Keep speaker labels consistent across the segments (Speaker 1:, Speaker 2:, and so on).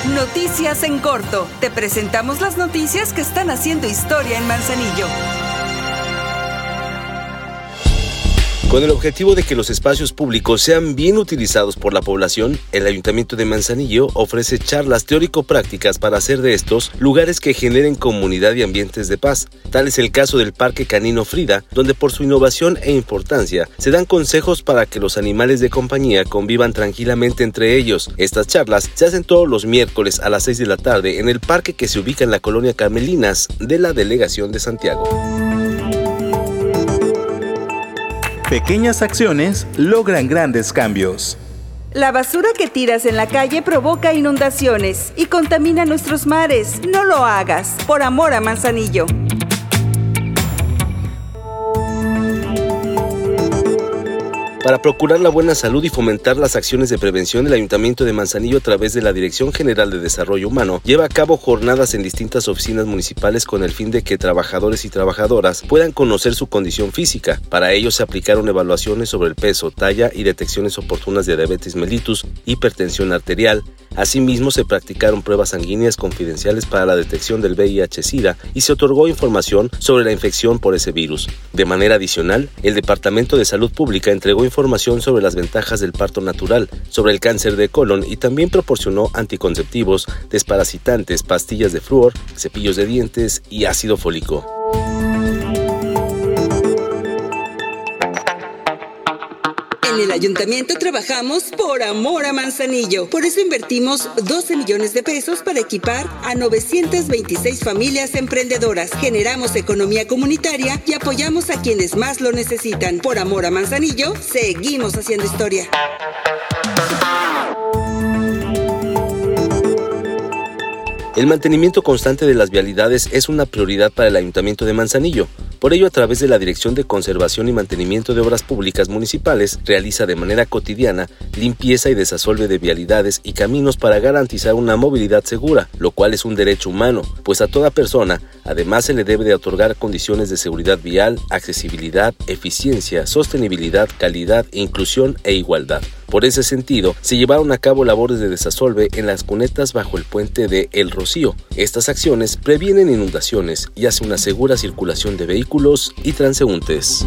Speaker 1: Noticias en corto. Te presentamos las noticias que están haciendo historia en Manzanillo.
Speaker 2: Con el objetivo de que los espacios públicos sean bien utilizados por la población, el Ayuntamiento de Manzanillo ofrece charlas teórico-prácticas para hacer de estos lugares que generen comunidad y ambientes de paz. Tal es el caso del Parque Canino Frida, donde por su innovación e importancia se dan consejos para que los animales de compañía convivan tranquilamente entre ellos. Estas charlas se hacen todos los miércoles a las 6 de la tarde en el parque que se ubica en la colonia Carmelinas de la Delegación de Santiago.
Speaker 3: Pequeñas acciones logran grandes cambios.
Speaker 1: La basura que tiras en la calle provoca inundaciones y contamina nuestros mares. No lo hagas, por amor a Manzanillo.
Speaker 2: Para procurar la buena salud y fomentar las acciones de prevención, el Ayuntamiento de Manzanillo, a través de la Dirección General de Desarrollo Humano, lleva a cabo jornadas en distintas oficinas municipales con el fin de que trabajadores y trabajadoras puedan conocer su condición física. Para ello se aplicaron evaluaciones sobre el peso, talla y detecciones oportunas de diabetes mellitus, hipertensión arterial. Asimismo, se practicaron pruebas sanguíneas confidenciales para la detección del VIH-Sida y se otorgó información sobre la infección por ese virus. De manera adicional, el Departamento de Salud Pública entregó información sobre las ventajas del parto natural, sobre el cáncer de colon y también proporcionó anticonceptivos, desparasitantes, pastillas de flúor, cepillos de dientes y ácido fólico.
Speaker 1: En el Ayuntamiento trabajamos por amor a Manzanillo. Por eso invertimos 12 millones de pesos para equipar a 926 familias emprendedoras. Generamos economía comunitaria y apoyamos a quienes más lo necesitan. Por amor a Manzanillo, seguimos haciendo historia.
Speaker 2: El mantenimiento constante de las vialidades es una prioridad para el Ayuntamiento de Manzanillo. Por ello, a través de la Dirección de Conservación y Mantenimiento de Obras Públicas Municipales, realiza de manera cotidiana limpieza y desasolve de vialidades y caminos para garantizar una movilidad segura, lo cual es un derecho humano, pues a toda persona, además, se le debe de otorgar condiciones de seguridad vial, accesibilidad, eficiencia, sostenibilidad, calidad, inclusión e igualdad. Por ese sentido, se llevaron a cabo labores de desasolve en las cunetas bajo el puente de El Rocío. Estas acciones previenen inundaciones y hacen una segura circulación de vehículos y transeúntes.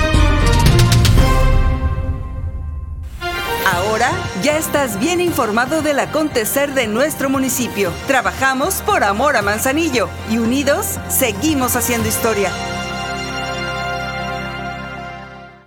Speaker 1: Ahora ya estás bien informado del acontecer de nuestro municipio. Trabajamos por amor a Manzanillo y unidos seguimos haciendo historia.